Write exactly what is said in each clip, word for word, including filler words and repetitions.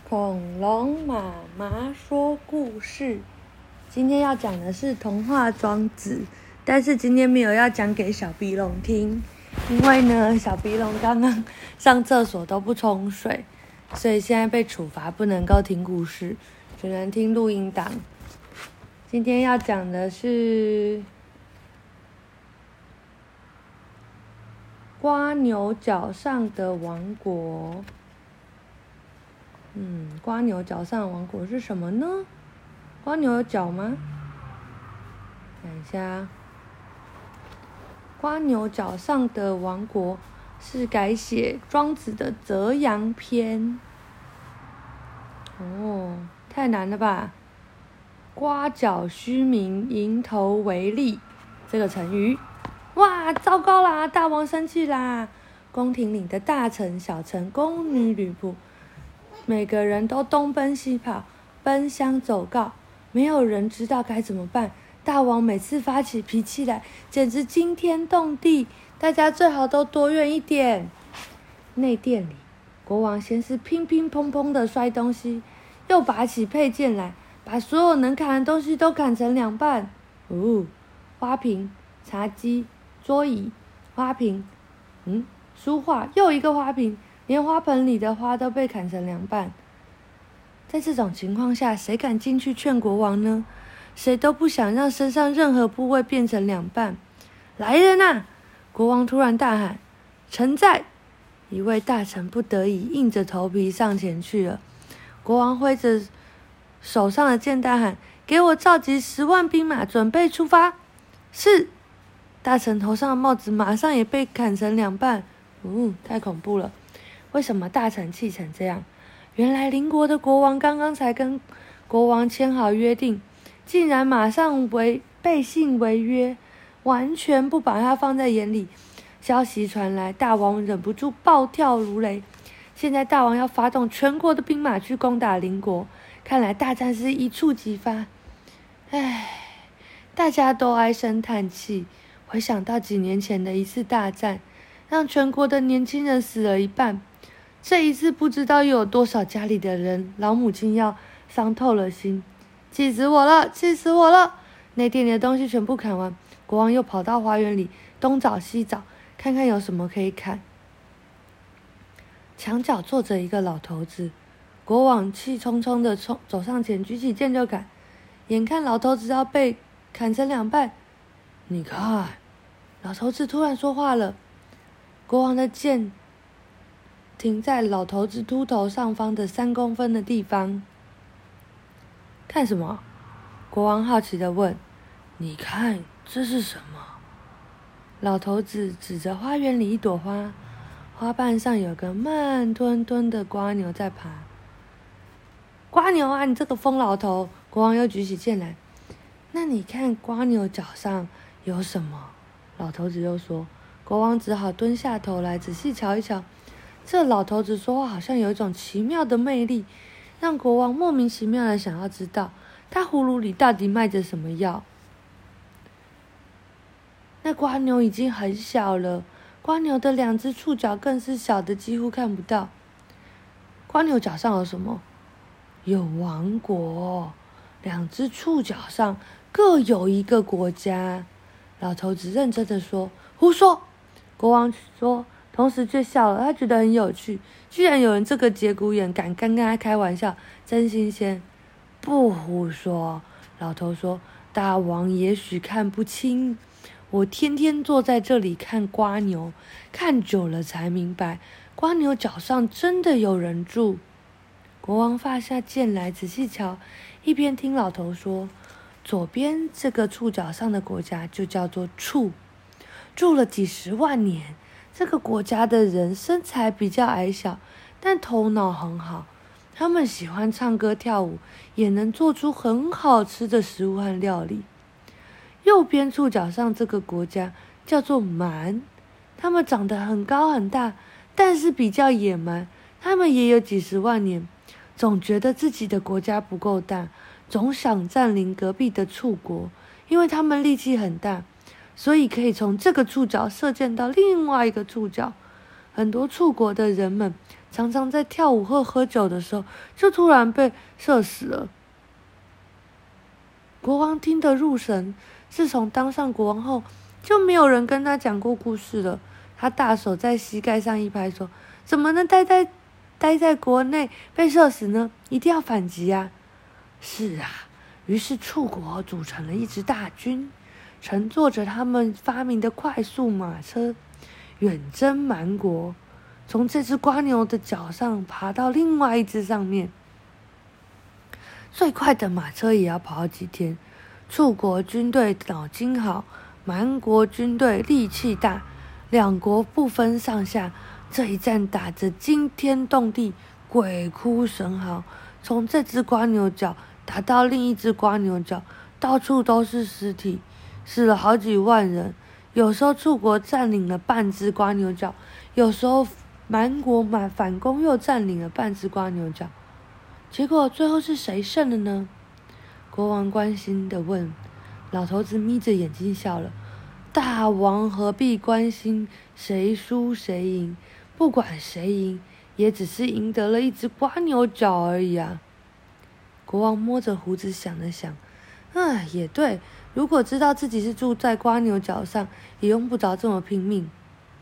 恐龙妈妈说故事。今天要讲的是童话庄子，但是今天没有要讲给小鼻龙听，因为呢，小鼻龙刚刚上厕所都不冲水，所以现在被处罚不能够听故事，只能听录音档。今天要讲的是瓜牛角上的王国。嗯，瓜牛角上的王国是什么呢？瓜牛有角吗？看一下，瓜牛角上的王国是改写庄子的《泽阳篇》。哦，太难了吧！瓜角须鸣，迎头为利，这个成语。哇，糟糕啦！大王生气啦！宫廷里的大臣、小臣、宫女、吕仆，每个人都东奔西跑，奔相走告，没有人知道该怎么办。大王每次发起脾气来，简直惊天动地，大家最好都躲远一点。内殿里，国王先是乒乒乓乓的摔东西，又拔起佩剑来，把所有能砍的东西都砍成两半。哦，花瓶、茶几、桌椅、花瓶，嗯，书画，又一个花瓶，连花盆里的花都被砍成两半。在这种情况下，谁敢进去劝国王呢？谁都不想让身上任何部位变成两半。来人啊！国王突然大喊：“臣在！”一位大臣不得已硬着头皮上前去了。国王挥着手上的剑大喊：“给我召集十万兵马，准备出发！”是。大臣头上的帽子马上也被砍成两半。嗯，太恐怖了！为什么大臣气成这样？原来邻国的国王刚刚才跟国王签好约定，竟然马上违背信违约，完全不把他放在眼里。消息传来，大王忍不住暴跳如雷。现在大王要发动全国的兵马去攻打邻国，看来大战是一触即发。唉，大家都唉声叹气，回想到几年前的一次大战，让全国的年轻人死了一半。这一次不知道又有多少家里的人，老母亲要伤透了心。气死我了，气死我了！内殿里的东西全部砍完，国王又跑到花园里东找西找，看看有什么可以砍。墙角坐着一个老头子，国王气冲冲的冲走上前，举起剑就砍。眼看老头子要被砍成两半，你看，老头子突然说话了。国王的剑停在老头子秃头上方的三公分的地方。看什么？国王好奇地问。你看，这是什么？老头子指着花园里一朵花，花瓣上有个慢吞吞的瓜牛在爬。瓜牛啊，你这个疯老头！国王又举起剑来。那你看瓜牛脚上有什么？老头子又说。国王只好蹲下头来仔细瞧一瞧。这老头子说话好像有一种奇妙的魅力，让国王莫名其妙的想要知道他葫芦里到底卖着什么药。那瓜牛已经很小了，瓜牛的两只触角更是小的几乎看不到。瓜牛脚上有什么？有王国，两只触角上各有一个国家。老头子认真的说。胡说！国王说，同时却笑了，他觉得很有趣，居然有人这个节骨眼敢跟他开玩笑，真新鲜。不胡说，老头说，大王也许看不清，我天天坐在这里看瓜牛，看久了才明白，瓜牛脚上真的有人住。国王放下剑来仔细瞧，一边听老头说，左边这个触角上的国家就叫做触，住了几十万年。这个国家的人身材比较矮小，但头脑很好，他们喜欢唱歌跳舞，也能做出很好吃的食物和料理。右边触角上这个国家叫做蛮，他们长得很高很大，但是比较野蛮，他们也有几十万年，总觉得自己的国家不够大，总想占领隔壁的触国，因为他们力气很大，所以可以从这个触角射箭到另外一个触角。很多触国的人们常常在跳舞或喝酒的时候，就突然被射死了。国王听得入神，自从当上国王后，就没有人跟他讲过故事了。他大手在膝盖上一拍，说：“怎么能待在待在国内被射死呢？一定要反击啊！”是啊，于是楚国组成了一支大军，乘坐着他们发明的快速马车，远征蛮国，从这只瓜牛的脚上爬到另外一只上面。最快的马车也要跑好几天。楚国军队脑筋好，蛮国军队力气大，两国不分上下。这一战打着惊天动地，鬼哭神嚎，从这只瓜牛角打到另一只瓜牛角，到处都是尸体，死了好几万人。有时候楚国占领了半只瓜牛角，有时候蛮国满反攻又占领了半只瓜牛角。结果最后是谁胜了呢？国王关心地问。老头子眯着眼睛笑了。大王何必关心谁输谁赢？不管谁赢，也只是赢得了一只瓜牛角而已啊。国王摸着胡子想了想，啊，也对，如果知道自己是住在瓜牛角上，也用不着这么拼命。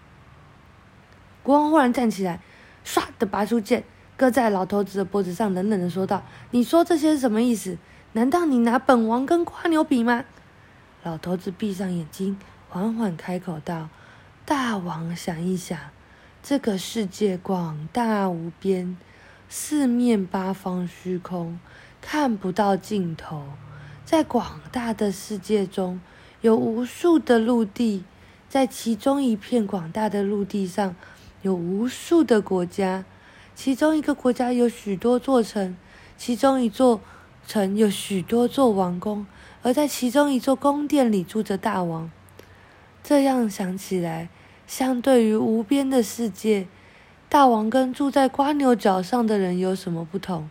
国王忽然站起来，唰的拔出剑，搁在老头子的脖子上，冷冷的说道：“你说这些是什么意思？难道你拿本王跟瓜牛比吗？”老头子闭上眼睛，缓缓开口道：“大王想一想，这个世界广大无边，四面八方虚空，看不到尽头。在广大的世界中，有无数的陆地，在其中一片广大的陆地上，有无数的国家。其中一个国家有许多座城，其中一座城有许多座王宫，而在其中一座宫殿里住着大王。这样想起来，相对于无边的世界，大王跟住在瓜牛角上的人有什么不同？”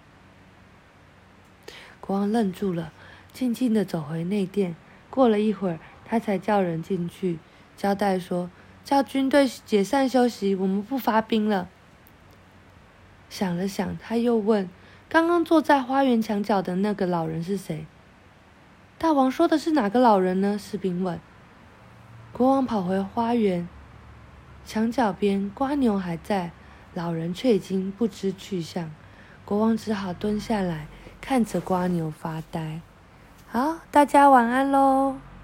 国王愣住了，静静地走回内殿。过了一会儿，他才叫人进去，交代说：“叫军队解散休息，我们不发兵了。”想了想，他又问：“刚刚坐在花园墙角的那个老人是谁？”大王说的是哪个老人呢？士兵问。国王跑回花园，墙角边瓜牛还在，老人却已经不知去向。国王只好蹲下来，看着瓜牛发呆。好，大家晚安喽。